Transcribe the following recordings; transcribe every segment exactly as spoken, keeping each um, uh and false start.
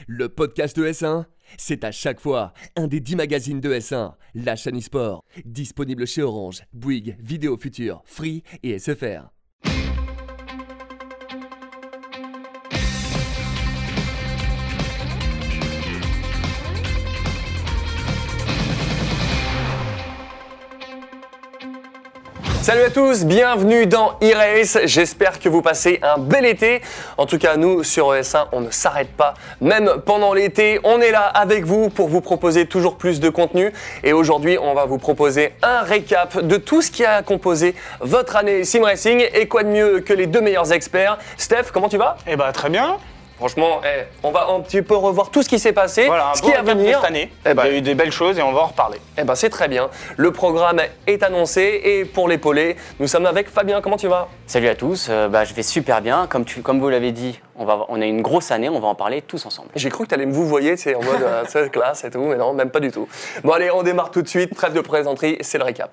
Le podcast de S un, c'est à chaque fois un des dix magazines de S un, la chaîne e-sport, disponible chez Orange, Bouygues, Vidéo Future, Free et S F R. Salut à tous, bienvenue dans e-Race, j'espère que vous passez un bel été. En tout cas, nous, sur S un, on ne s'arrête pas, même pendant l'été. On est là avec vous pour vous proposer toujours plus de contenu. Et aujourd'hui, on va vous proposer un récap de tout ce qui a composé votre année Sim Racing. Et quoi de mieux que les deux meilleurs experts. Steph, comment tu vas ? Eh bah très bien. Franchement, eh, on va un petit peu revoir tout ce qui s'est passé, Voilà, un ce beau qui est à récap de venir. cette année. Eh ben, Il y a eu des belles choses et on va en reparler. Eh ben, c'est très bien. Le programme est annoncé et pour l'épauler, nous sommes avec Fabien. Comment tu vas ? Salut à tous, euh, bah, je vais super bien. Comme, tu, comme vous l'avez dit, on, va, on a une grosse année, on va en parler tous ensemble. J'ai cru que tu allais me vous voyer, tu sais, en mode euh, c'est classe et tout, mais non, même pas du tout. Bon allez, on démarre tout de suite. Trêve de plaisanterie, c'est le récap.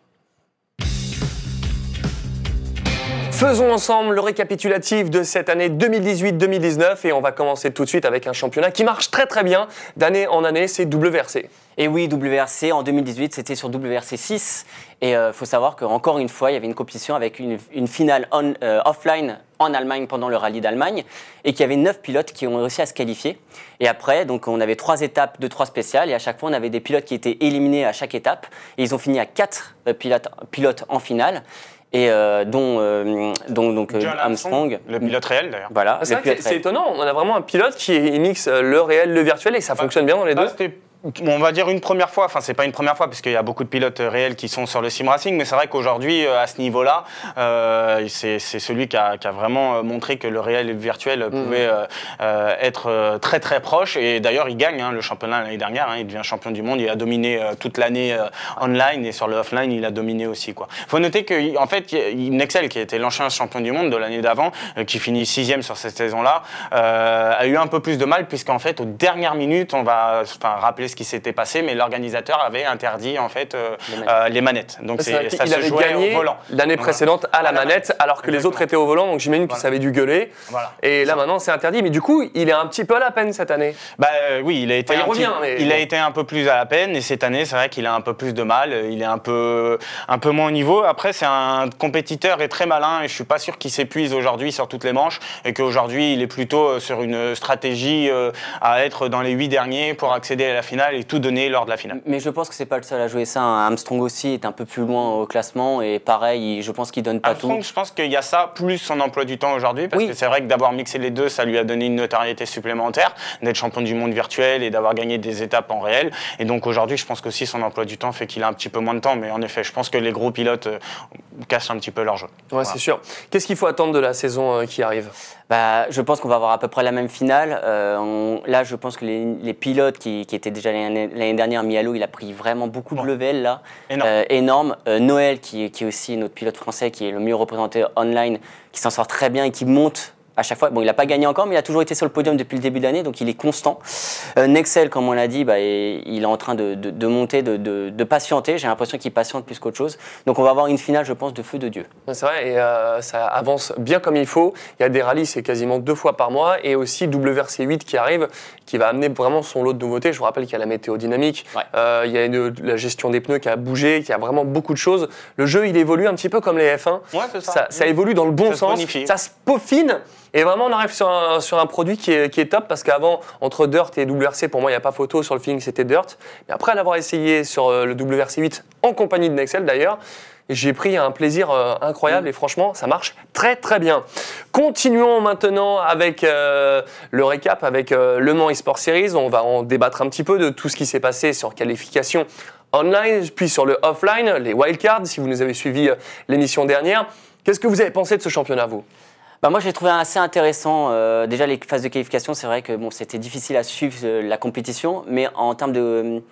Faisons ensemble le récapitulatif de cette année deux mille dix-huit deux mille dix-neuf et on va commencer tout de suite avec un championnat qui marche très très bien d'année en année, c'est W R C. Et oui, W R C, en deux mille dix-huit, c'était sur W R C six. Et il euh, faut savoir qu'encore une fois, il y avait une compétition avec une, une finale on, euh, offline en Allemagne pendant le rallye d'Allemagne et qu'il y avait neuf pilotes qui ont réussi à se qualifier. Et après, donc, on avait trois étapes de trois spéciales et à chaque fois, on avait des pilotes qui étaient éliminés à chaque étape. Et ils ont fini à quatre euh, pilotes, pilotes en finale. Et euh, dont, euh, dont donc, John Armstrong, Armstrong, le pilote réel d'ailleurs. Voilà, C'est le vrai que c'est, pilote c'est réel. étonnant, on a vraiment un pilote qui mixe le réel, le virtuel et ça fonctionne bien dans les deux. Ah, c'était, on va dire une première fois, enfin c'est pas une première fois parce qu'il y a beaucoup de pilotes réels qui sont sur le sim racing, mais c'est vrai qu'aujourd'hui à ce niveau-là, euh, c'est, c'est celui qui a, qui a vraiment montré que le réel et le virtuel mmh. pouvaient euh, euh, être très très proches. Et d'ailleurs il gagne hein, le championnat l'année dernière, hein, il devient champion du monde, il a dominé euh, toute l'année euh, online et sur le offline il a dominé aussi quoi. Faut noter que en fait Nexel qui était l'ancien champion du monde de l'année d'avant, euh, qui finit sixième sur cette saison-là, euh, a eu un peu plus de mal puisqu'en fait aux dernières minutes on va enfin rappeler ce qui s'était passé, mais l'organisateur avait interdit en fait euh, les, manettes. Euh, les manettes. Donc c'est, c'est ça il se avait jouait gagné au volant. L'année précédente à la, à la manette, manette, alors que Exactement. Les autres étaient au volant. Donc j'imagine voilà. que ça avait dû gueuler. Voilà. Et là maintenant c'est interdit. Mais du coup, il est un petit peu à la peine cette année. Bah euh, oui, il a été. Enfin, il un revient. Petit, mais... Il a été un peu plus à la peine. Et cette année, c'est vrai qu'il a un peu plus de mal. Il est un peu, un peu moins au niveau. Après, c'est un compétiteur et très malin. Et je suis pas sûr qu'il s'épuise aujourd'hui sur toutes les manches. Et qu'aujourd'hui, il est plutôt sur une stratégie euh, à être dans les huit derniers pour accéder à la finale et tout donner lors de la finale. Mais je pense que c'est pas le seul à jouer ça. Armstrong aussi est un peu plus loin au classement et pareil, je pense qu'il donne pas Armstrong, tout. Je pense qu'il y a ça plus son emploi du temps aujourd'hui parce oui. que c'est vrai que d'avoir mixé les deux, ça lui a donné une notoriété supplémentaire, d'être champion du monde virtuel et d'avoir gagné des étapes en réel. Et donc aujourd'hui, je pense qu'aussi son emploi du temps fait qu'il a un petit peu moins de temps. Mais en effet, je pense que les gros pilotes euh, cassent un petit peu leur jeu. Ouais, voilà. C'est sûr. Qu'est-ce qu'il faut attendre de la saison euh, qui arrive ? Bah, je pense qu'on va avoir à peu près la même finale. Euh, on, là, je pense que les, les pilotes qui, qui étaient déjà l'année, l'année dernière, Mialo, il a pris vraiment beaucoup de bon. level là, énorme. Euh, énorme. Euh, Noël, qui, qui est aussi notre pilote français, qui est le mieux représenté online, qui s'en sort très bien et qui monte à chaque fois. Bon, il n'a pas gagné encore, mais il a toujours été sur le podium depuis le début de l'année, donc il est constant. Euh, Nexel, comme on l'a dit, bah, est, il est en train de, de, de monter, de, de, de patienter. J'ai l'impression qu'il patiente plus qu'autre chose. Donc on va avoir une finale, je pense, de feu de Dieu. C'est vrai, et euh, ça avance bien comme il faut. Il y a des rallyes, c'est quasiment deux fois par mois, et aussi W R C huit qui arrive, qui va amener vraiment son lot de nouveautés. Je vous rappelle qu'il y a la météo dynamique, ouais. euh, il y a une, la gestion des pneus qui a bougé, qu'il y a vraiment beaucoup de choses. Le jeu, il évolue un petit peu comme les F un. Ouais, c'est ça. Ça, ça évolue dans le bon ça sens, se ça se peaufine. Et vraiment, on arrive sur un, sur un produit qui est, qui est top parce qu'avant, entre Dirt et W R C, pour moi, il n'y a pas photo. Sur le feeling, c'était Dirt. Mais après l'avoir essayé sur le W R C huit, en compagnie de Nexel d'ailleurs, j'ai pris un plaisir euh, incroyable mmh. et franchement, ça marche très très bien. Continuons maintenant avec euh, le récap, avec euh, Le Mans eSport Series. On va en débattre un petit peu de tout ce qui s'est passé sur qualification online, puis sur le offline, les wildcards, si vous nous avez suivi euh, l'émission dernière. Qu'est-ce que vous avez pensé de ce championnat, vous ? Bah moi, j'ai trouvé assez intéressant. Euh, déjà, les phases de qualification, c'est vrai que bon, c'était difficile à suivre euh, la compétition, mais en termes de,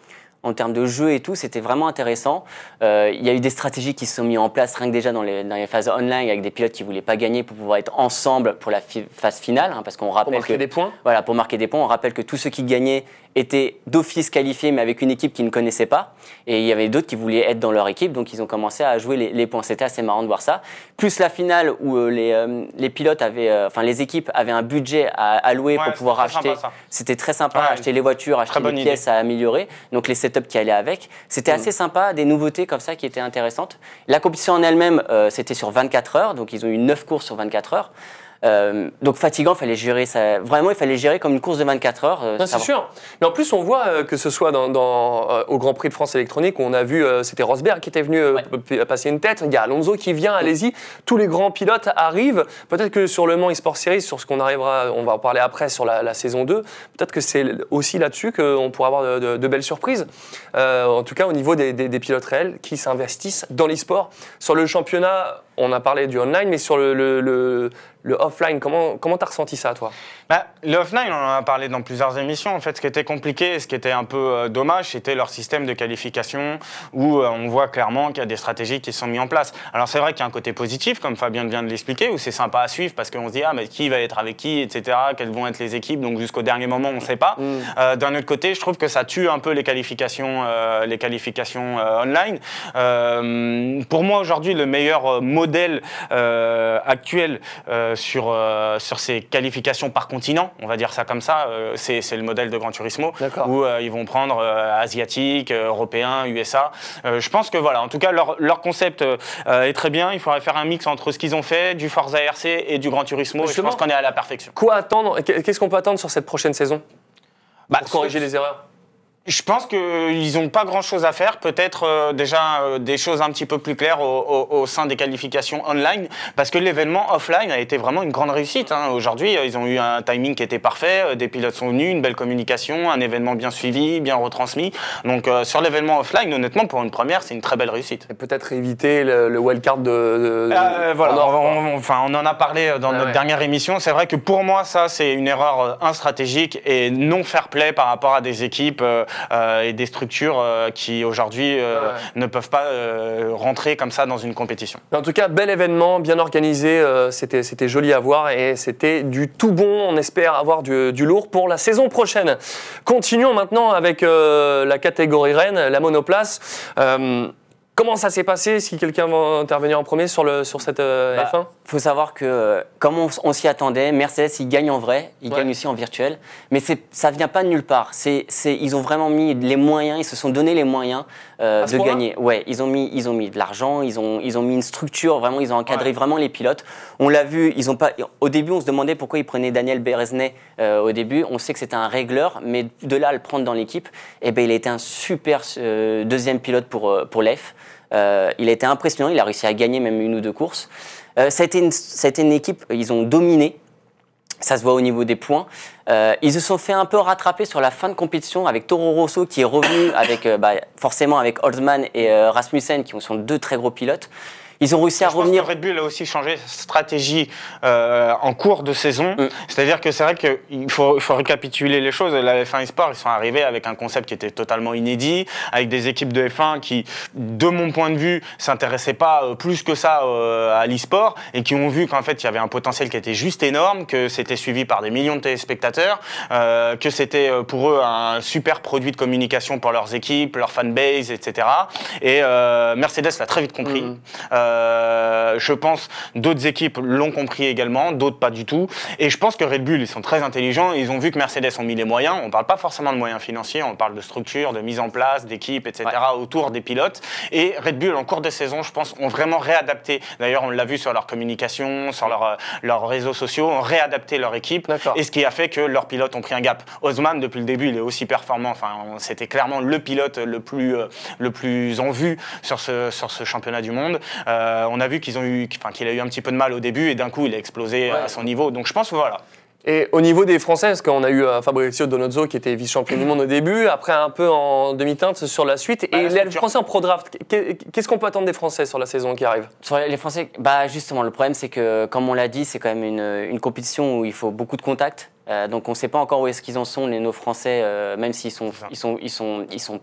en termes de jeu et tout, c'était vraiment intéressant. Euh, il y a eu des stratégies qui se sont mises en place, rien que déjà dans les, dans les phases online, avec des pilotes qui ne voulaient pas gagner pour pouvoir être ensemble pour la fi- phase finale, hein, parce qu'on rappelle Pour marquer que, des points. Voilà, pour marquer des points. On rappelle que tous ceux qui gagnaient étaient d'office qualifiés, mais avec une équipe qu'ils ne connaissaient pas. Et il y avait d'autres qui voulaient être dans leur équipe, donc ils ont commencé à jouer les, les points. C'était assez marrant de voir ça. Plus la finale où euh, les, euh, les pilotes avaient, euh, enfin les équipes avaient un budget à allouer Ouais, pour pouvoir c'était très acheter. sympa, ça. C'était très sympa, Ouais, acheter les voitures, acheter bonne les idée. pièces à améliorer, donc les setups qui allaient avec. C'était Mm. assez sympa, des nouveautés comme ça qui étaient intéressantes. La compétition en elle-même, euh, c'était sur vingt-quatre heures, donc ils ont eu neuf courses sur vingt-quatre heures. Euh, donc fatigant, fallait gérer ça. Vraiment, il fallait gérer comme une course de vingt-quatre heures. euh, Non, c'est savoir- sûr. Mais en plus, on voit euh, que ce soit dans, dans, euh, au Grand Prix de France électronique, où on a vu, euh, c'était Rosberg qui était venu euh, Ouais. p- p- passer une tête. Il y a Alonso qui vient, allez-y. Tous les grands pilotes arrivent. Peut-être que sur le Mans eSport Series, sur ce qu'on arrivera, on va en parler après sur la, la saison deux, peut-être que c'est aussi là-dessus qu'on pourra avoir de, de- de belles surprises. Euh, en tout cas, au niveau des, des- des pilotes réels qui s'investissent dans l'e-sport. Sur le championnat, on a parlé du online, mais sur le, le, le, le offline, comment comment t'as ressenti ça, toi? Bah, le offline, on en a parlé dans plusieurs émissions. En fait, ce qui était compliqué et ce qui était un peu euh, dommage, c'était leur système de qualification où euh, on voit clairement qu'il y a des stratégies qui sont mises en place. Alors, c'est vrai qu'il y a un côté positif, comme Fabien vient de l'expliquer, où c'est sympa à suivre parce qu'on se dit, ah, mais qui va être avec qui, et cetera. Quelles vont être les équipes. Donc, jusqu'au dernier moment, on ne sait pas. Mm. Euh, d'un autre côté, je trouve que ça tue un peu les qualifications, euh, les qualifications euh, online. Euh, pour moi, aujourd'hui, le meilleur euh, modèle euh, actuel euh, sur, euh, sur ces qualifications par continent, on va dire ça comme ça, euh, c'est, c'est le modèle de Gran Turismo, D'accord. où euh, ils vont prendre euh, asiatiques, euh, européens, U S A. Euh, je pense que voilà, en tout cas, leur, leur concept euh, est très bien. Il faudrait faire un mix entre ce qu'ils ont fait, du Forza R C et du Gran Turismo. Et je Justement. pense qu'on est à la perfection. Quoi attendre? Qu'est-ce qu'on peut attendre sur cette prochaine saison Bah, pour corriger les erreurs? Je pense qu'ils n'ont pas grand-chose à faire. Peut-être euh, déjà euh, des choses un petit peu plus claires au, au, au sein des qualifications online, parce que l'événement offline a été vraiment une grande réussite. Hein. Aujourd'hui, euh, ils ont eu un timing qui était parfait, euh, des pilotes sont venus, une belle communication, un événement bien suivi, bien retransmis. Donc euh, sur l'événement offline, honnêtement, pour une première, c'est une très belle réussite. Et peut-être éviter le, le wildcard de, de, de- Euh, voilà, en or, on, quoi. on- enfin, on en a parlé dans Ah notre ouais. dernière émission. C'est vrai que pour moi, ça, c'est une erreur euh, un stratégique et non fair play par rapport à des équipes euh, euh, et des structures euh, qui aujourd'hui euh, Ouais. ne peuvent pas euh, rentrer comme ça dans une compétition. Mais en tout cas, bel événement, bien organisé, euh, c'était, c'était joli à voir et c'était du tout bon. On espère avoir du, du lourd pour la saison prochaine. Continuons maintenant avec euh, la catégorie reine, la monoplace. Euh, comment ça s'est passé? Si quelqu'un va intervenir en premier sur, le, sur cette euh, Bah, F un? faut savoir que, euh, comme on, on s'y attendait, Mercedes, ils gagnent en vrai, ils Ouais. gagnent aussi en virtuel, mais c'est, ça ne vient pas de nulle part. C'est, c'est, ils ont vraiment mis les moyens, ils se sont donné les moyens euh, À ce de point-là gagner. Ouais, ils ont mis, ils ont mis de l'argent, ils ont, ils ont mis une structure, vraiment, ils ont encadré Ouais. vraiment les pilotes. On l'a vu, ils ont pas, au début, on se demandait pourquoi ils prenaient Daniel Bereznay euh, au début. On sait que c'était un régleur, mais de là à le prendre dans l'équipe, eh ben, il a été un super euh, deuxième pilote pour, euh, pour l'E F. Euh, il a été impressionnant, il a réussi à gagner même une ou deux courses. Euh, ça, a été une, ça a été une équipe, ils ont dominé, ça se voit au niveau des points. Euh, ils se sont fait un peu rattraper sur la fin de compétition avec Toro Rosso qui est revenu avec, euh, bah, forcément avec Holtzmann et euh, Rasmussen qui sont deux très gros pilotes. Ils ont réussi à Je pense revenir. que Red Bull a aussi changé sa stratégie euh, en cours de saison. Mm. C'est-à-dire que c'est vrai qu'il faut, il faut récapituler les choses. La F un eSport, ils sont arrivés avec un concept qui était totalement inédit, avec des équipes de F un qui, de mon point de vue, s'intéressaient pas euh, plus que ça euh, à l'eSport et qui ont vu qu'en fait, il y avait un potentiel qui était juste énorme, que c'était suivi par des millions de téléspectateurs, euh, que c'était euh, pour eux un super produit de communication pour leurs équipes, leur fanbase, et cetera. Et euh, Mercedes l'a très vite compris. Mm. Euh, Euh, je pense d'autres équipes l'ont compris également, d'autres pas du tout. Et je pense que Red Bull, ils sont très intelligents. Ils ont vu que Mercedes ont mis les moyens. On ne parle pas forcément de moyens financiers, on parle de structure, de mise en place, d'équipe, et cetera autour des pilotes. Et Red Bull, en cours de saison, je pense, ont vraiment réadapté. D'ailleurs, on l'a vu sur leur communication, sur leur, leurs réseaux sociaux, ont réadapté leur équipe. D'accord. Et ce qui a fait que leurs pilotes ont pris un gap. Holtzmann, depuis le début, il est aussi performant. Enfin, c'était clairement le pilote le plus, euh, le plus en vue sur ce, sur ce championnat du monde. Euh, on a vu qu'ils ont eu, enfin, qu'il a eu un petit peu de mal au début et d'un coup il a explosé Ouais. à son niveau. Donc je pense que voilà. Et au niveau des Français, parce qu'on a eu euh, Fabrizio Donozzo qui était vice-champion du monde au début, après un peu en demi-teinte sur la suite. Bah, et la les structure. Français en pro-draft, qu'est- qu'est-ce qu'on peut attendre des Français sur la saison qui arrive? Sur les Français, bah justement, le problème c'est que, comme on l'a dit, c'est quand même une, une compétition où il faut beaucoup de contacts. Euh, donc on ne sait pas encore où est-ce qu'ils en sont, les, nos Français, euh, même s'ils sont, ils sont, ils sont, ils sont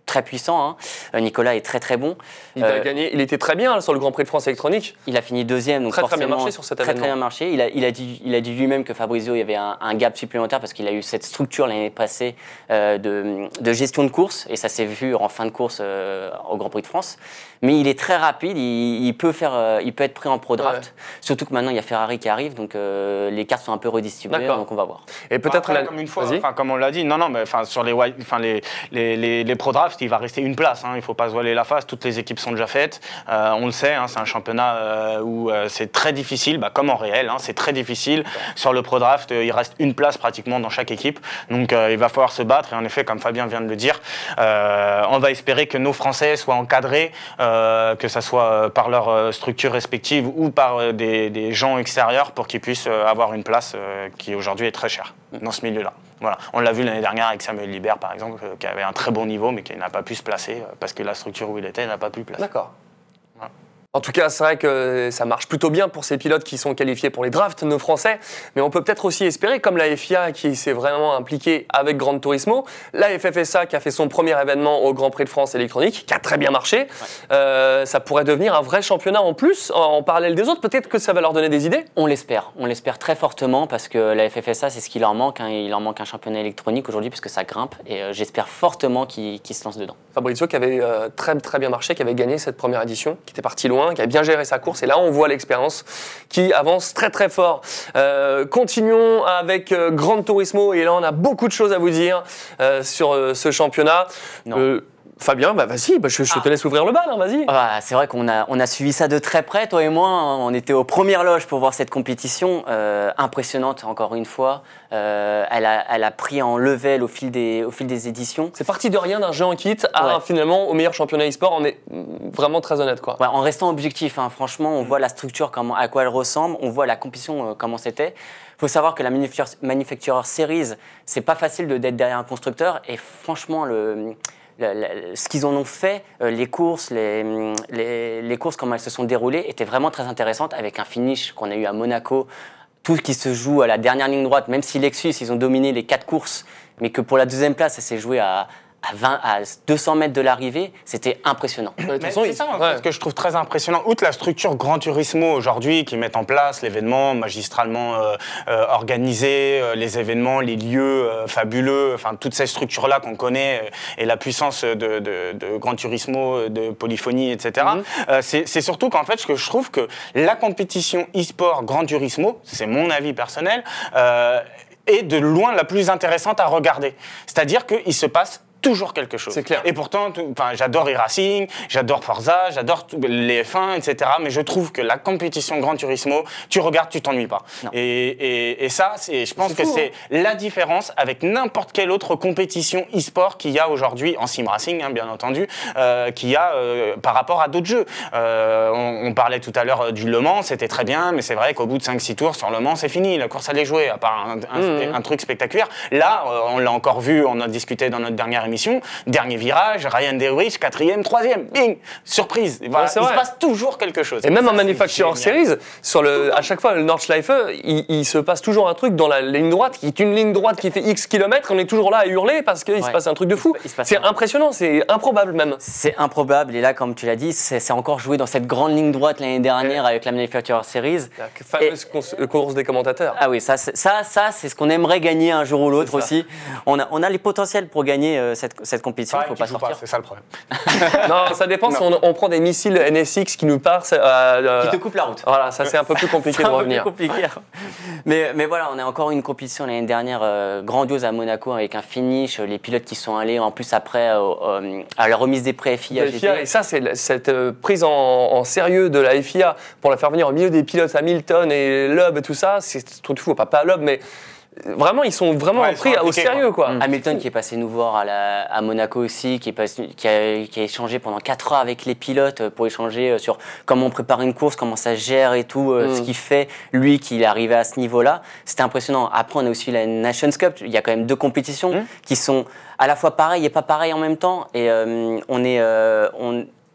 très puissant. Hein. Nicolas est très très bon. Il a euh, gagné. Il était très bien là, sur le Grand Prix de France électronique. Il a fini deuxième, donc très, forcément très bien marché sur cet très, événement. Très bien marché. Il a, il a dit, il a dit lui-même que Fabrizio, il y avait un, un gap supplémentaire parce qu'il a eu cette structure l'année passée euh, de, de gestion de course et ça s'est vu en fin de course euh, au Grand Prix de France. Mais il est très rapide, il, il peut faire, euh, il peut être pris en pro draft. Ouais. Surtout que maintenant il y a Ferrari qui arrive, donc euh, les cartes sont un peu redistribuées, donc on va voir. Et peut-être la... comme une fois, comme on l'a dit, non non, mais enfin sur les, les, les, les, les pro drafts, il va rester une place. Hein, il ne faut pas se voiler la face, toutes les équipes sont déjà faites. Euh, on le sait, hein, c'est un championnat euh, où euh, c'est très difficile, bah, comme en réel, hein, c'est très difficile. Okay. Sur le pro draft, euh, il reste une place pratiquement dans chaque équipe, donc euh, il va falloir se battre. Et en effet, comme Fabien vient de le dire, euh, on va espérer que nos Français soient encadrés. Euh, que ce soit par leur structure respective ou par des, des gens extérieurs pour qu'ils puissent avoir une place qui aujourd'hui est très chère dans ce milieu-là. Voilà. On l'a vu l'année dernière avec Samuel Libert par exemple, qui avait un très bon niveau mais qui n'a pas pu se placer parce que la structure où il était n'a pas pu le placer. D'accord. Voilà. En tout cas, c'est vrai que ça marche plutôt bien pour ces pilotes qui sont qualifiés pour les drafts, nos Français. Mais on peut peut-être aussi espérer, comme la F I A qui s'est vraiment impliquée avec Gran Turismo, la F F S A qui a fait son premier événement au Grand Prix de France électronique, qui a très bien marché, ouais. euh, ça pourrait devenir un vrai championnat en plus, en, en parallèle des autres. Peut-être que ça va leur donner des idées. On l'espère. On l'espère très fortement parce que la F F S A, c'est ce qui leur manque. Hein. Il leur manque un championnat électronique aujourd'hui puisque ça grimpe. Et euh, j'espère fortement qu'ils, qu'ils se lancent dedans. Fabrizio qui avait euh, très, très bien marché, qui avait gagné cette première édition, qui était parti loin, qui a bien géré sa course et là on voit l'expérience qui avance très très fort. Euh, continuons avec euh, Gran Turismo et là on a beaucoup de choses à vous dire euh, sur euh, ce championnat. Euh, Fabien, bah vas-y, bah je, je ah. te laisse ouvrir le bal, hein, vas-y. Ah, c'est vrai qu'on a, on a suivi ça de très près, toi et moi. Hein. On était aux premières loges pour voir cette compétition. Euh, impressionnante, encore une fois. Euh, elle, a, elle a pris en level au fil des, au fil des éditions. C'est parti de rien, d'un jeu en kit à ouais. finalement au meilleur championnat e-sport. On est vraiment très honnête, quoi. Ouais, en restant objectif, hein, franchement, on mmh. voit la structure, comment, à quoi elle ressemble. On voit la compétition, euh, comment c'était. Il faut savoir que la Manufacturer Series, c'est pas facile de, d'être derrière un constructeur. Et franchement, le... Le, le, ce qu'ils en ont fait, euh, les courses, les, les, les courses, comment elles se sont déroulées, étaient vraiment très intéressantes avec un finish qu'on a eu à Monaco. Tout ce qui se joue à la dernière ligne droite, même si Lexus, ils ont dominé les quatre courses, mais que pour la deuxième place, ça s'est joué à, à, vingt, à deux cents mètres de l'arrivée, c'était impressionnant. Mais mais c'est ça, en fait, ouais. ce que je trouve très impressionnant. Outre la structure Gran Turismo aujourd'hui, qui met en place l'événement magistralement euh, euh, organisé, euh, les événements, les lieux euh, fabuleux, enfin toutes ces structures-là qu'on connaît euh, et la puissance de, de, de Gran Turismo, de polyphonie, et cetera. Mm-hmm. Euh, c'est, c'est surtout qu'en fait, que je trouve que la compétition e-sport Gran Turismo, c'est mon avis personnel, euh, est de loin la plus intéressante à regarder. C'est-à-dire qu'il se passe toujours quelque chose. C'est clair. Et pourtant, j'adore e-racing, j'adore Forza, j'adore les F un, et cetera. Mais je trouve que la compétition Gran Turismo, tu regardes, tu t'ennuies pas. Et, et, et ça, c'est, je pense c'est que fou, c'est hein. la différence avec n'importe quelle autre compétition e-sport qu'il y a aujourd'hui en sim racing, hein, bien entendu, euh, qu'il y a euh, par rapport à d'autres jeux. Euh, on, on parlait tout à l'heure du Le Mans, c'était très bien, mais c'est vrai qu'au bout de cinq six tours sur Le Mans, c'est fini, la course allait jouer, à part un, un, mmh. un truc spectaculaire. Là, euh, on l'a encore vu, on a discuté dans notre dernière émission. Dernier virage, Ryan Derrich, quatrième, troisième, bing, surprise. Voilà, ouais, il vrai. se passe toujours quelque chose. Et même ça, en Manufacturer Series, sur le, à chaque fois, le Nordschleife, il, il se passe toujours un truc dans la ligne droite, qui est une ligne droite qui fait X kilomètres, on est toujours là à hurler parce qu'il ouais. se passe un truc de fou. C'est un... impressionnant, c'est improbable même. C'est improbable, et là, comme tu l'as dit, c'est, c'est encore joué dans cette grande ligne droite l'année dernière ouais. avec la Manufacturer Series. La fameuse et... course des commentateurs. Ah oui, ça, c'est, ça, ça, c'est ce qu'on aimerait gagner un jour ou l'autre aussi. On a, on a les potentiels pour gagner euh, cette, cette compétition, il ne faut pas sortir. Pas, c'est ça le problème. Non, ça dépend non. si on, on prend des missiles N S X qui nous partent. Euh, qui te coupent la route. Voilà, ça c'est un peu plus compliqué de revenir. C'est un peu plus compliqué. mais, mais voilà, on a encore une compétition l'année dernière euh, grandiose à Monaco avec un finish, les pilotes qui sont allés en plus après euh, euh, à la remise des prix F I A. F I A et ça, c'est cette euh, prise en, en sérieux de la F I A pour la faire venir au milieu des pilotes Hamilton et Loeb et tout ça, c'est trop de fou. Pas, pas Loeb, mais. Vraiment, ils sont vraiment ouais, pris au sérieux, quoi. Mmh. Hamilton qui est passé nous voir à, la, à Monaco aussi, qui, est passé, qui, a, qui a échangé pendant quatre heures avec les pilotes pour échanger sur comment on prépare une course, comment ça gère et tout, mmh. ce qu'il fait, lui, qu'il est arrivé à ce niveau-là. C'était impressionnant. Après, on a aussi la Nations Cup. Il y a quand même deux compétitions mmh. qui sont à la fois pareilles et pas pareilles en même temps. Et euh, on est... Euh, on,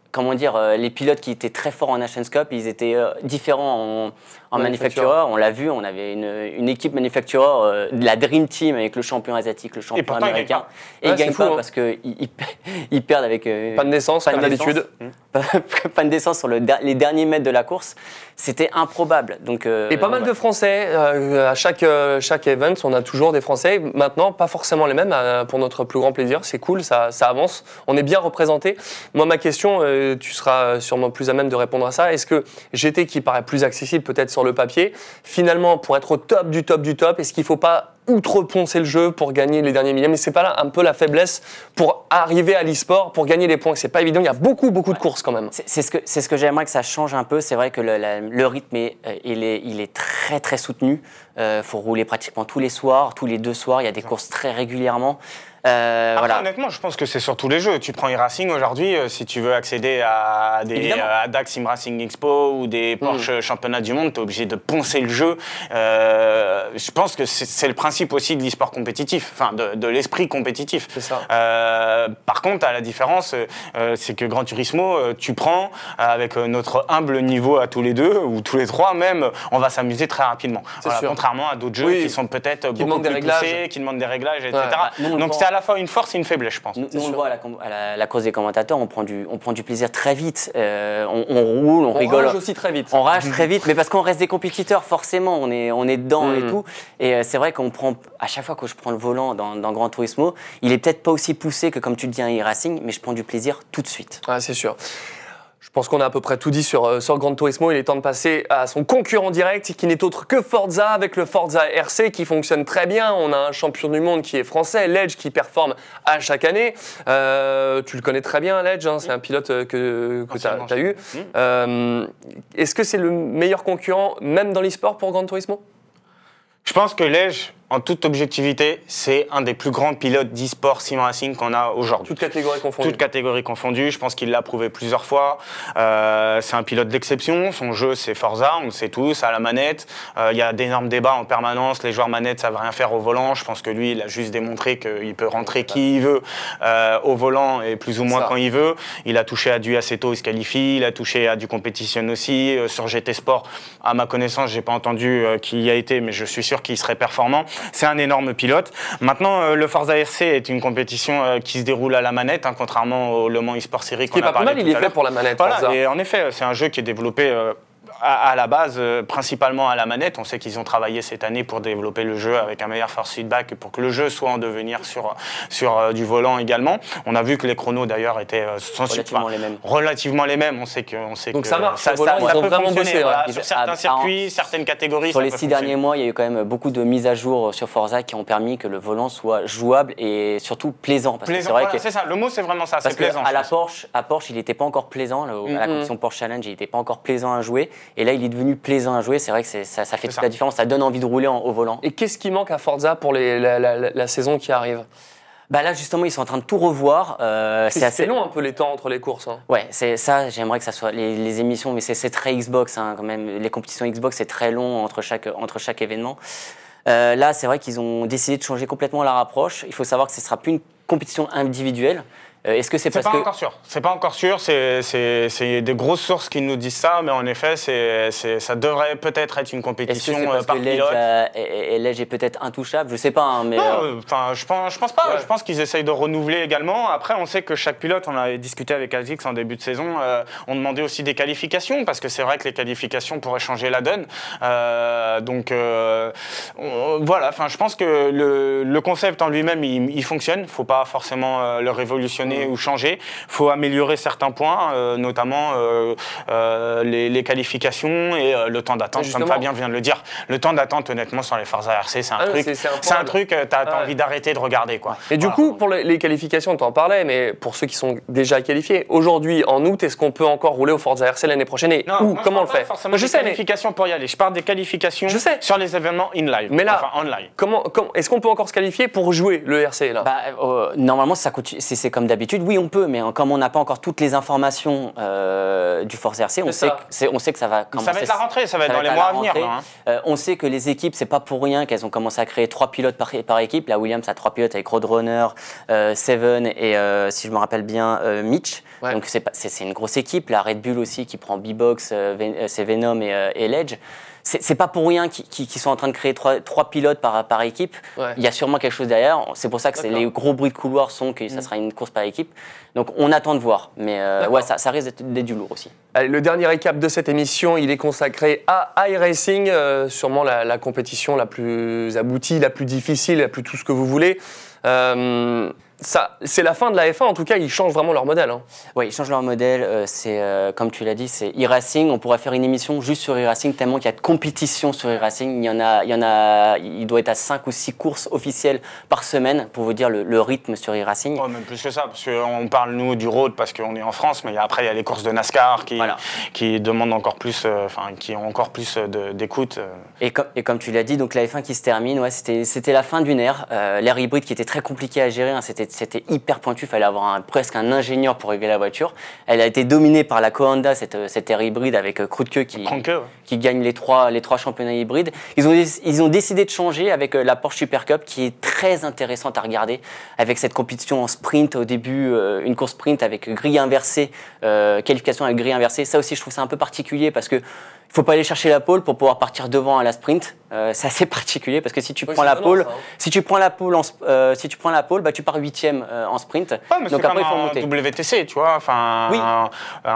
comment dire, euh, les pilotes qui étaient très forts en Nations Cup, ils étaient euh, différents en, en manufactureur. On l'a vu, on avait une, une équipe manufactureur euh, de la Dream Team avec le champion asiatique, le champion pourtant, américain. ils Et ouais, ils gagnent fou, pas hein. parce qu'ils ils, ils perdent avec... Euh, Pas de naissance, pas de comme d'habitude. Pas de descente sur le, les derniers mètres de la course. C'était improbable. Donc, euh, Et pas mal ouais. de Français. Euh, à chaque, euh, chaque event, on a toujours des Français. Maintenant, pas forcément les mêmes, euh, pour notre plus grand plaisir. C'est cool, ça, ça avance. On est bien représenté. Moi, ma question, euh, tu seras sûrement plus à même de répondre à ça. Est-ce que G T, qui paraît plus accessible peut-être sur le papier, finalement, pour être au top du top du top, est-ce qu'il ne faut pas outreponcer le jeu pour gagner les derniers millièmes? Mais c'est pas là un peu la faiblesse pour arriver à l'e-sport, pour gagner les points? C'est pas évident. Il y a beaucoup, beaucoup de courses quand même. C'est, c'est ce que, c'est ce que j'aimerais que ça change un peu. C'est vrai que le, la, le rythme, est, euh, il, est, il est très, très soutenu. Il euh, faut rouler pratiquement tous les soirs, tous les deux soirs. Il y a des courses très régulièrement. Euh, Après, voilà. honnêtement, je pense que c'est sur tous les jeux. Tu prends e-racing aujourd'hui, euh, si tu veux accéder à des euh, à D A X Sim Racing Expo ou des Porsche mmh. Championnats du Monde, tu es obligé de poncer le jeu. Euh, je pense que c'est, c'est le principe aussi de l'e-sport compétitif, enfin de, de l'esprit compétitif. C'est ça. Euh, par contre, à la différence, euh, c'est que Gran Turismo, euh, tu prends avec notre humble niveau à tous les deux, ou tous les trois même, on va s'amuser très rapidement. Voilà, contrairement à d'autres jeux oui. qui sont peut-être qui beaucoup plus réglages. poussés, qui demandent des réglages, et cetera. Ouais. Bah, nous, Donc c'est à la fois une force et une faiblesse, je pense. Nous, nous on le voit à, la, à la, la course des commentateurs, on prend du, on prend du plaisir très vite. Euh, on, on roule, on, on rigole. On rage aussi très vite. On rage très vite, mais parce qu'on reste des compétiteurs, forcément, on est, on est dedans mmh. et tout. Et euh, c'est vrai qu'on prend, à chaque fois que je prends le volant dans, dans Gran Turismo, il est peut-être pas aussi poussé que, comme tu le dis, un e-racing, mais je prends du plaisir tout de suite. Ah, c'est sûr. Je pense qu'on a à peu près tout dit sur, sur Gran Turismo. Il est temps de passer à son concurrent direct, qui n'est autre que Forza, avec le Forza R C qui fonctionne très bien. On a un champion du monde qui est français, Ledge, qui performe à chaque année. Euh, tu le connais très bien, Ledge, hein, c'est un pilote que, que tu as eu. Mmh. Euh, est-ce que c'est le meilleur concurrent, même dans l'e-sport, pour Gran Turismo ? Je pense que Ledge, en toute objectivité, c'est un des plus grands pilotes d'e-sport sim racing qu'on a aujourd'hui. Toutes catégories confondues. Toutes catégories confondues. Je pense qu'il l'a prouvé plusieurs fois. Euh, c'est un pilote d'exception. Son jeu, c'est Forza, on le sait tous, à la manette. Il euh, y a d'énormes débats en permanence. Les joueurs manettes savent rien faire au volant. Je pense que lui, il a juste démontré qu'il peut rentrer qui il veut euh, au volant et plus ou moins quand il veut. Il a touché à du Assetto, il se qualifie. Il a touché à du Competition aussi. Euh, sur G T Sport, à ma connaissance, j'ai pas entendu euh, qu'il y a été, mais je suis sûr qu'il serait performant. C'est un énorme pilote. Maintenant, euh, le Forza R C est une compétition euh, qui se déroule à la manette, hein, contrairement au Le Mans eSport Series qu'on a parlé tout à l'heure. Qui est pas plus mal, il est fait pour la manette. Voilà, Forza. et en effet, c'est un jeu qui est développé euh, à, à la base, euh, principalement à la manette. On sait qu'ils ont travaillé cette année pour développer le jeu avec un meilleur force feedback, pour que le jeu soit en devenir sur, sur euh, du volant également. On a vu que les chronos d'ailleurs étaient euh, relativement les mêmes. Relativement les mêmes. On sait que, on sait Donc que ça marche. Ça, volant, ça, ça ils ont peut vraiment fonctionner. bossé. Voilà, Ouais. sur certains Ah, circuits, ah, certaines catégories. Sur ça les peut six fonctionner. derniers mois, il y a eu quand même beaucoup de mises à jour sur Forza qui ont permis que le volant soit jouable et surtout plaisant. Parce plaisant, que c'est vrai voilà, que c'est ça. Le mot, c'est vraiment ça. Parce C'est plaisant. qu'à la Porsche, à Porsche, il n'était pas encore plaisant. Le, Mm-hmm. À la compétition Porsche Challenge, il n'était pas encore plaisant à jouer. Et là, il est devenu plaisant à jouer. C'est vrai que c'est, ça, ça fait C'est toute ça. la différence. Ça donne envie de rouler en, au volant. Et qu'est-ce qui manque à Forza pour les, la, la, la, la saison qui arrive ? Bah là, justement, ils sont en train de tout revoir. Euh, c'est, c'est assez c'est long un peu les temps entre les courses. Hein. Ouais, c'est ça. J'aimerais que ça soit les, les émissions, mais c'est, c'est très Xbox hein, quand même. Les compétitions Xbox, c'est très long entre chaque entre chaque événement. Euh, là, c'est vrai qu'ils ont décidé de changer complètement la approche. Il faut savoir que ce ne sera plus une compétition individuelle. Euh, est-ce que c'est, c'est parce pas que... encore sûr. C'est pas encore sûr. C'est, c'est, c'est des grosses sources qui nous disent ça, mais en effet, c'est, c'est, ça devrait peut-être être une compétition est-ce que c'est parce par que Ledge pilote. a- et, et Ledge est peut-être intouchable. Je sais pas, hein, mais. Non, euh, enfin, je pense, je pense pas. Ouais. Je pense qu'ils essayent de renouveler également. Après, on sait que chaque pilote, on avait discuté avec Azix en début de saison, euh, on demandait aussi des qualifications parce que c'est vrai que les qualifications pourraient changer la donne. Euh, donc euh, on- voilà. Enfin, je pense que le, le concept en lui-même, il, il fonctionne. Faut pas forcément euh, le révolutionner mmh. ou changer. Faut améliorer certains points, euh, notamment euh, euh, les, les qualifications et euh, le temps d'attente. Comme Fabien vient de le dire, le temps d'attente, honnêtement, sur les Forza R C, c'est un Ah, truc. c'est, c'est un, c'est un truc. Euh, t'as, t'as ah, envie d'arrêter de regarder, quoi. Et du voilà. coup, pour les, les qualifications, tu en parlais, mais pour ceux qui sont déjà qualifiés, aujourd'hui, en août, est-ce qu'on peut encore rouler au Forza R C l'année prochaine et Non, où, moi, comment on je le fait? forcément Je des sais, mais qualifications pour y aller. Je parle des qualifications Je sais. sur les événements in live. Mais là, enfin, online. comment, comment, est-ce qu'on peut encore se qualifier pour jouer le R C là? Bah, euh, normalement, ça coûte, c'est, c'est comme d'habitude. Oui, on peut, mais hein, comme on n'a pas encore toutes les informations euh, du Forza R C, on sait, que, c'est, on sait que ça va commencer. Ça va être la rentrée, ça va être ça dans va les être mois à à venir. rentrée. Là, hein. Euh, on sait que les équipes, c'est pas pour rien qu'elles ont commencé à créer trois pilotes par, par équipe. La Williams a trois pilotes avec Roadrunner, euh, Seven et, euh, si je me rappelle bien, euh, Mitch. Ouais. Donc c'est, pas, c'est, c'est une grosse équipe. La Red Bull aussi qui prend B-Box, euh, Ven- euh, c'est Venom et, euh, et Ledge. C'est, c'est pas pour rien qu'ils, qu'ils, qu'ils sont en train de créer trois, trois pilotes par, par équipe. Ouais. Il y a sûrement quelque chose derrière. C'est pour ça que c'est, D'accord. les gros bruits de couloir sont que ça Mm. sera une course par équipe. Donc on attend de voir. Mais euh, D'accord. ouais, ça, ça risque d'être, d'être du lourd aussi. Allez, le dernier récap de cette émission, il est consacré à iRacing, euh, sûrement la, la compétition la plus aboutie, la plus difficile, la plus tout ce que vous voulez. Euh, ça, c'est la fin de la F un, en tout cas, ils changent vraiment leur modèle. Hein. Oui, ils changent leur modèle. Euh, c'est, euh, comme tu l'as dit, c'est e-racing. On pourrait faire une émission juste sur e-racing, tellement qu'il y a de compétition sur e-racing. Il y en a, il y en a, il doit être à cinq ou six courses officielles par semaine, pour vous dire le, le rythme sur e-racing. Ouais, même plus que ça, parce qu'on parle, nous, du road parce qu'on est en France, mais après, il y a les courses de NASCAR qui, Voilà. qui demandent encore plus, euh, enfin, qui ont encore plus de, d'écoute. euh. Et comme, et comme tu l'as dit, donc la F un qui se termine, ouais, c'était, c'était la fin d'une ère. Euh, l'ère hybride qui était très compliquée à gérer, hein, c'était, c'était hyper pointu, il fallait avoir un, presque un ingénieur pour régler la voiture. Elle a été dominée par la Coanda, cette, cette ère hybride avec euh, Krutke qui, Krönke, ouais. qui gagne les trois, les trois championnats hybrides. Ils ont, ils ont décidé de changer avec euh, la Porsche Super Cup qui est très intéressante à regarder, avec cette compétition en sprint au début, euh, une course sprint avec grille inversée, euh, qualification avec grille inversée. Ça aussi, je trouve ça un peu particulier parce que il ne faut pas aller chercher la pole pour pouvoir partir devant à la sprint. Euh, c'est assez particulier parce que si tu Oui, prends c'est la étonnant, pole, ça, hein. si tu prends la pole, en, euh, si tu prends la pole, bah tu pars huitième euh, en sprint. Ouais, mais Donc c'est après il comme faut en monter. W T C, tu vois. Enfin, Oui. en-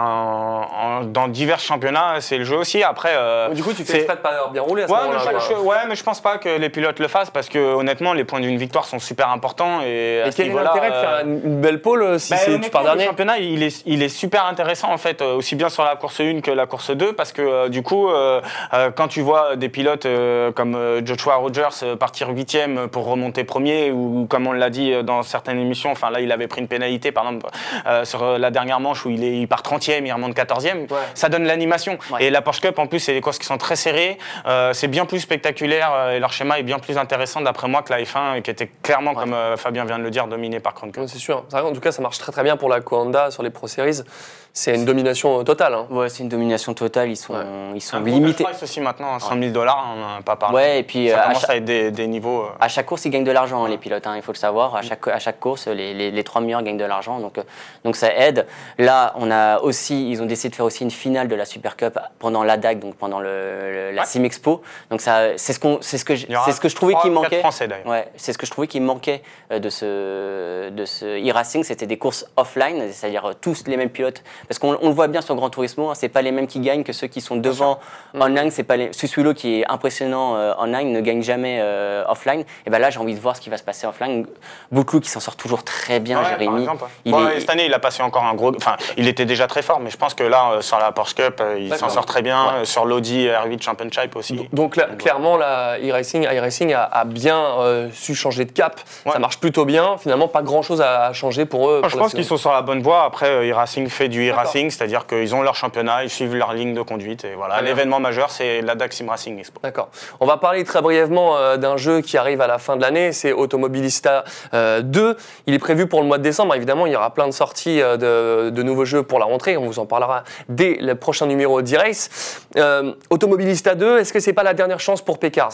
en- dans divers championnats, c'est le jeu aussi. Après, euh, Du coup, tu fais c'est- exprès de pas bien rouler à ce Ouais, moment-là. mais je, quoi. je- ouais, mais je pense pas que les pilotes le fassent parce que honnêtement, les points d'une victoire sont super importants. Et, à Et ce quel est niveau-là, l'intérêt de euh, faire une une belle pole euh, si bah, c'est, tu honnêtement, pars le dernier? championnat, il est, il est super intéressant en fait, euh, aussi bien sur la course un que la course deux, parce que euh, du coup, euh, euh, quand tu vois des pilotes euh, comme euh, Joshua Rogers euh, partir huitième pour remonter premier, ou comme on l'a dit euh, dans certaines émissions, enfin là, il avait pris une pénalité, par exemple, euh, sur euh, la dernière manche où il, est, il part trentième, il remonte quatorzième, Ouais. ça donne l'animation. Ouais. Et la Porsche Cup, en plus, c'est des courses qui sont très serrées, euh, c'est bien plus spectaculaire euh, et leur schéma est bien plus intéressant d'après moi que la F un, qui était clairement, Ouais. comme euh, Fabien vient de le dire, dominée par Krönke. Ouais, c'est sûr. C'est vrai, en tout cas, ça marche très très bien pour la Coanda sur les Pro Series. C'est une domination euh, totale. Hein. Ouais, c'est une domination totale. Ils sont, Ouais. ils sont Un gros limités. cash price aussi maintenant, cent mille dollars, on n'en a pas parlé. Ouais, et puis ça euh, à commence chaque- à être des, des niveaux. euh, À chaque course, ils gagnent de l'argent, hein, les pilotes, hein, il faut le savoir. À chaque, à chaque course, les, les, les trois meilleurs gagnent de l'argent, donc, euh, donc ça aide. Là, on a aussi, ils ont décidé de faire aussi une finale de la Super Cup pendant l'A D A C, donc pendant le, le- la Ouais. Sim Expo. Donc ça, c'est ce, qu'on, c'est ce que, j- Il y aura c'est ce que je trouvais trois, qu'il quatre manquait. Français, d'ailleurs. Ouais, c'est ce que je trouvais qu'il manquait euh, de ce, de ce e-racing, c'était des courses offline, c'est-à-dire euh, tous les mêmes pilotes. Parce qu'on on le voit bien sur Gran Turismo, hein, c'est pas les mêmes qui gagnent que ceux qui sont devant online. C'est pas les... Susulo qui est impressionnant euh, online ne gagne jamais euh, offline. Et ben là, j'ai envie de voir ce qui va se passer offline. Bouclou qui s'en sort toujours très bien, Ouais, par Jérémy. exemple, ouais. Il Bon, est- et Cette année, il a passé encore un gros. Enfin, il était déjà très fort, mais je pense que là, euh, sur la Porsche Cup, euh, il D'accord. s'en sort très bien. Euh, Sur l'Audi R huit Championship aussi. Donc là, clairement, la e-racing, iRacing a, a bien euh, su changer de cap. Ouais. Ça marche plutôt bien. Finalement, pas grand-chose à changer pour eux. Moi, je pour la pense qu'ils saison. sont sur la bonne voie. Après, euh, e-racing fait du D'accord. e-racing, c'est-à-dire qu'ils ont leur championnat, ils suivent leur ligne de conduite. Et voilà, Très bien. l'événement majeur, c'est l'A D A C Sim Racing Expo. D'accord. On va parler très brièvement euh, d'un jeu qui arrive à la fin de l'année, c'est Automobilista euh, deux. Il est prévu pour le mois de décembre. Évidemment, il y aura plein de sorties euh, de, de nouveaux jeux pour la rentrée. On vous en parlera dès le prochain numéro d'e-Race. Euh, Automobilista deux, est-ce que c'est pas la dernière chance pour Pecars?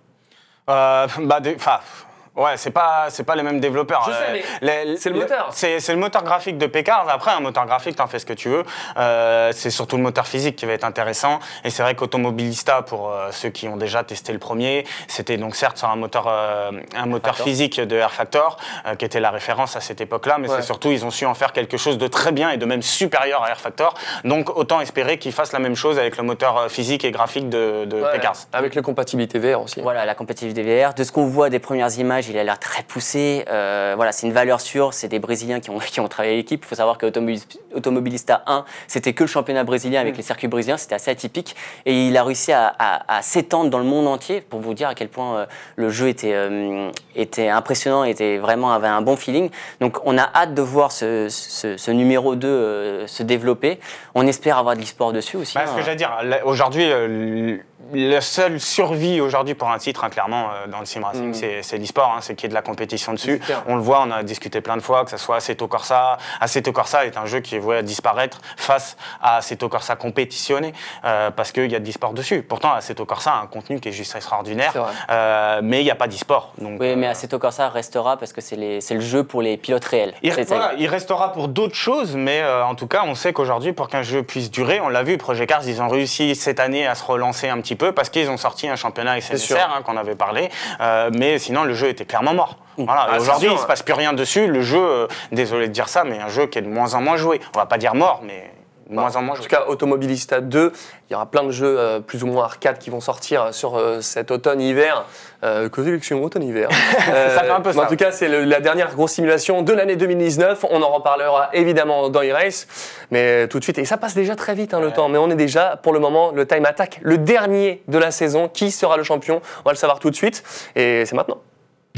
Euh, bah, des- 'fin, ouais, c'est pas, c'est pas les mêmes développeurs. Je sais, Euh, mais les- c'est le moteur. C'est, c'est le moteur graphique de Pecars. Après, un moteur graphique, t'en fais ce que tu veux. Euh, c'est surtout le moteur physique qui va être intéressant. Et c'est vrai qu'Automobilista, pour euh, ceux qui ont déjà testé le premier, c'était donc certes sur un moteur, euh, un moteur Factor. physique de Air Factor, euh, qui était la référence à cette époque-là. Mais Ouais. c'est surtout, ils ont su en faire quelque chose de très bien et de même supérieur à Air Factor. Donc, autant espérer qu'ils fassent la même chose avec le moteur euh, physique et graphique de, de Ouais, Pecars. avec les compatibilités V R aussi. Voilà, la compétitivité V R. De ce qu'on voit des premières images, il a l'air très poussé. Euh, voilà, c'est une valeur sûre. C'est des Brésiliens qui ont, qui ont travaillé à l'équipe. Il faut savoir qu'Automobilista un, c'était que le championnat brésilien avec les circuits brésiliens. C'était assez atypique. Et il a réussi à, à- à s'étendre dans le monde entier pour vous dire à quel point euh, le jeu était, euh, était impressionnant, était vraiment, avait un bon feeling. Donc, on a hâte de voir ce, ce- ce numéro deux euh, se développer. On espère avoir de l'e-sport dessus aussi. Bah, hein. ce que j'allais dire, là, aujourd'hui, euh, la seule survie aujourd'hui pour un titre, hein, clairement, euh, dans le sim racing, Mm. c'est, c'est l'e-sport, hein, c'est qu'il y ait de la compétition dessus. C'est clair. On le voit, on a discuté plein de fois, que ce soit Assetto Corsa. Assetto Corsa est un jeu qui est voué à disparaître face à Assetto Corsa compétitionné, euh, parce qu'il y a de l'e-sport dessus. Pourtant, Assetto Corsa a un contenu qui est juste extraordinaire, C'est vrai. euh, mais il n'y a pas d'e-sport. Donc, Oui, mais euh, Assetto Corsa restera parce que c'est, les, c'est le jeu pour les pilotes réels. Il, C'est ça. voilà, il restera pour d'autres choses, mais euh, en tout cas, on sait qu'aujourd'hui, pour qu'un jeu puisse durer, on l'a vu, Project Cars, ils ont réussi cette année à se relancer un petit peu parce qu'ils ont sorti un championnat S N S R, hein, qu'on avait parlé, euh, mais sinon, le jeu était clairement mort. Voilà. Ah, Et aujourd'hui, c'est sûr, il ne se passe plus rien dessus. Le jeu, euh, désolé de dire ça, mais un jeu qui est de moins en moins joué. On va pas dire mort, mais de moins en moins En joué. tout cas, Automobilista deux, il y aura plein de jeux euh, plus ou moins arcade qui vont sortir sur euh, cet automne-hiver. Euh, collection automne-hiver. Ça fait un peu mais ça. En tout cas, c'est le- la dernière grosse simulation de l'année deux mille dix-neuf. On en reparlera évidemment dans e-race, mais tout de suite. Et ça passe déjà très vite hein, le temps. Mais on est déjà, pour le moment, le time attack, le dernier de la saison. Qui sera le champion? On va le savoir tout de suite. Et c'est maintenant.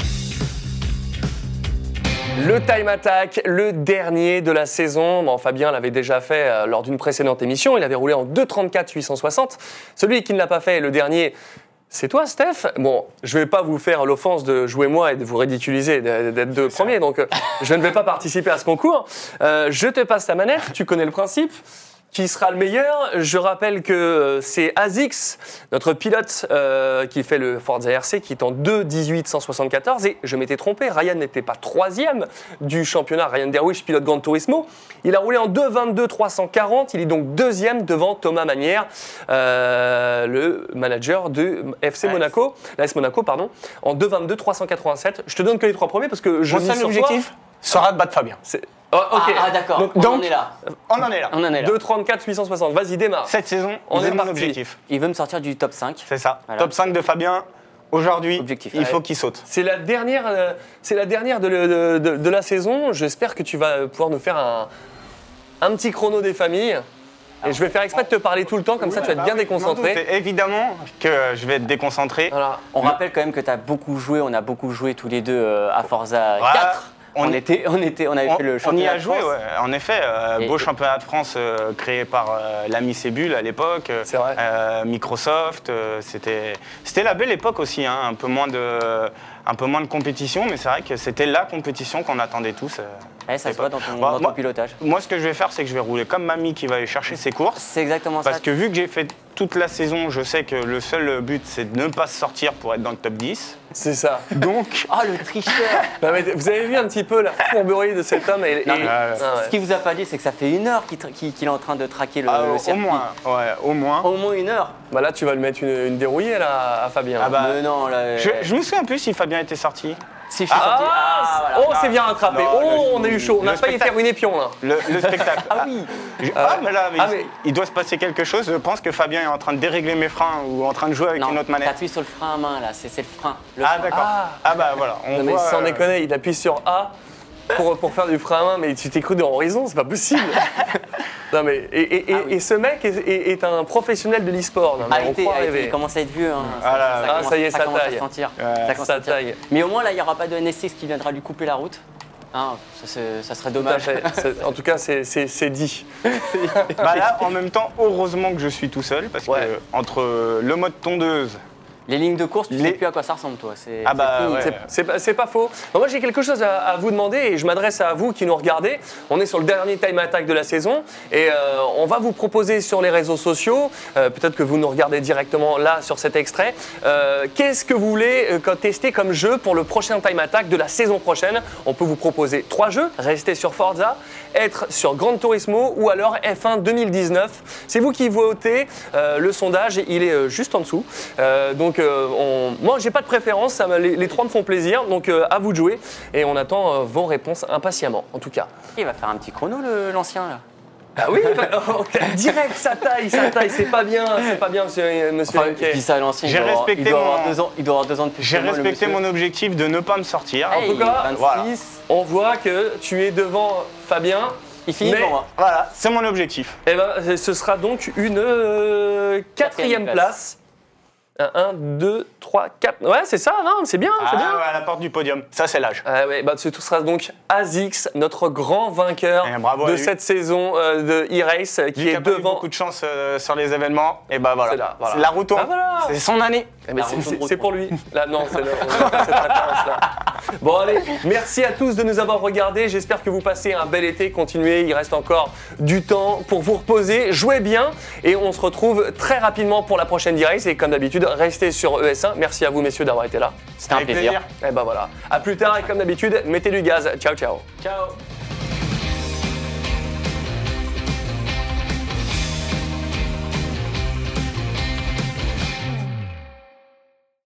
Le time attack, le dernier de la saison. Bon, Fabien l'avait déjà fait euh, lors d'une précédente émission. Il avait roulé en deux trente-quatre huit cent soixante. Celui qui ne l'a pas fait, le dernier, c'est toi, Steph. Bon, je ne vais pas vous faire l'offense de jouer moi et de vous ridiculiser, de- d'être deux premiers. Donc, euh, je ne vais pas participer à ce concours. Euh, je te passe ta manette. Tu connais le principe. Qui sera le meilleur? Je rappelle que euh, c'est Azix, notre pilote euh, qui fait le Forza R C, qui est en deux dix-huit cent soixante-quatorze. Et je m'étais trompé, Ryan n'était pas troisième du championnat. Ryan Derwish, pilote Gran Turismo. Il a roulé en deux vingt-deux trois cent quarante. Il est donc deuxième devant Thomas Manière, euh, le manager de F C Ouais. Monaco, la S Monaco, pardon, en deux vingt-deux trois cent quatre-vingt-sept. Je te donne que les trois premiers parce que je Mon mise seul sur objectif toi. sera de battre Fabien. C'est- Oh, ok. Ah, ah, d'accord, Donc- on en donc- est là. On en est là. On en est là. deux trente-quatre huit cent soixante. Vas-y, démarre. Cette saison, On on est est mon parti. objectif. Il veut me sortir du top cinq. C'est ça. Voilà. Top cinq de Fabien. Aujourd'hui, Objectif. il Ouais. faut qu'il saute. C'est la dernière, euh, c'est la dernière de, le- de- de- de la saison. J'espère que tu vas pouvoir nous faire un, un petit chrono des familles. Et je vais faire exprès de te parler tout le temps, comme ça tu vas être bien déconcentré. C'est évidemment que je vais être déconcentré. Voilà. On rappelle quand même que tu as beaucoup joué, on a beaucoup joué tous les deux euh, à Forza Voilà. quatre. On On, y- était, on, était, on avait On, fait le on y championnat a de joué, France. ouais. En effet. euh, Et- beau championnat de France euh, créé par euh, l'ami Cébule à l'époque. euh, C'est vrai. euh, Microsoft. euh, c'était, c'était la belle époque aussi. Hein, un, peu moins de, un peu moins de compétition, mais c'est vrai que c'était la compétition qu'on attendait tous. euh, Ouais, ça à se voit dans l'époque. ton, Bah, dans ton moi- pilotage. Moi, ce que je vais faire, c'est que je vais rouler comme mamie qui va aller chercher ses courses. C'est exactement Parce ça. que vu que j'ai fait toute la saison, je sais que le seul but, c'est de ne pas se sortir pour être dans le top dix. C'est ça. Donc, Ah, le tricheur. Non, mais vous avez vu un petit peu la fourberie de cet homme et, Non, et- mais Ah ouais. Ce qu'il vous a pas dit, c'est que ça fait une heure qu'il tra- qu'il- qu'il est en train de traquer le, ah, le au circuit. moins, ouais, au moins. Au moins une heure. Bah là, tu vas lui mettre une, une dérouillée là, à Fabien. Ah bah, Mais non, là, Je, euh, je me souviens plus si Fabien était sorti. si je suis sorti. Ah, Ah, oh, voilà. c'est bien rattrapé. Non, oh, le- on a eu chaud. On le a failli spectacle. faire une épion là. Le, le spectacle. Ah oui. Je- ah, mais là, mais Ah, il, mais- il doit se passer quelque chose. Je pense que Fabien est en train de dérégler mes freins ou en train de jouer avec Non, une autre manette. t'appuies sur le frein à main là, c'est c'est le frein. Le Ah, frein. d'accord. Ah. Ah. bah voilà. On Non, mais voit, sans euh, déconner, il appuie sur A pour, pour faire du frein à main, mais tu t'es cru dans Horizon, c'est pas possible. Non mais et, et- et- Ah oui. et ce mec est, est- est un professionnel de l'e-sport. Non, mais on Arrêtez, croit arrêtez, rêver. il commence à être vieux. Hein. Ah là, ah, commence- ça y est, ça commence à taille. se sentir. Ouais, Ça commence ça à se sentir. taille. Mais au moins là, il n'y aura pas de N S X qui viendra lui couper la route. Hein, ça, c'est- ça serait Tout à dommage. fait. C'est- En tout cas, c'est- c'est c'est dit. Bah là, en même temps, heureusement que je suis tout seul parce Ouais. que entre le mode tondeuse, Les lignes de course, tu Les- sais plus à quoi ça ressemble, toi. C'est Ah bah, c'est fini. ouais. C'est- C'est pas, c'est pas faux. Alors moi j'ai quelque chose à, à vous demander et je m'adresse à vous qui nous regardez. On est sur le dernier time attack de la saison et euh, on va vous proposer sur les réseaux sociaux, euh, peut-être que vous nous regardez directement là sur cet extrait, euh, qu'est-ce que vous voulez euh, co- tester comme jeu pour le prochain time attack de la saison prochaine. On peut vous proposer trois jeux, rester sur Forza, être sur Gran Turismo ou alors F un deux mille dix-neuf. C'est vous qui votez, euh, le sondage il est euh, juste en dessous. Euh, donc euh, on... moi j'ai pas de préférence, ça me- les, les trois me font plaisir, donc euh, à vous de jouer et on attend euh, vos réponses impatiemment en tout cas. Il va faire un petit chrono, le- l'ancien, là. Ah oui, bah, ok, direct ça taille, ça taille, c'est pas bien, c'est pas bien monsieur, monsieur Enfin, Henke. je dis ça à l'ancien, il, J'ai doit avoir- respecté il doit avoir mon- deux ans, il doit avoir deux ans de plus j'ai que moi, le respecté monsieur. mon objectif de ne pas me sortir. Hey, En tout cas, vingt-six, voilà. On voit que tu es devant Fabien. il finit mais- pour moi. Voilà, c'est mon objectif. Eh ben, ce sera donc une euh, quatrième Quatrième place. un, deux, trois, quatre. Ouais, c'est ça, non, c'est bien, Ah, c'est bien. ouais, à la porte du podium. Ça, c'est l'âge. Euh, ouais, bah, ce sera donc Azix, notre grand vainqueur Et bravo à de lui. cette saison euh, de e-race, Lui qui qui est a pas eu devant. beaucoup de chance euh, sur les événements. Et bah voilà. C'est là, voilà. C'est la roue tourne. Ah, voilà. C'est son année. Eh ben, La c'est- route c'est de c'est pour lui. Là, non, c'est le- on a pas cette référence-là. Bon, allez, merci à tous de nous avoir regardés. J'espère que vous passez un bel été. Continuez, il reste encore du temps pour vous reposer. Jouez bien et on se retrouve très rapidement pour la prochaine e-race. Et comme d'habitude, restez sur E S un. Merci à vous, messieurs, d'avoir été là. C'était un Avec plaisir. plaisir. Et ben voilà. À plus tard et comme d'habitude, mettez du gaz. Ciao, ciao. Ciao.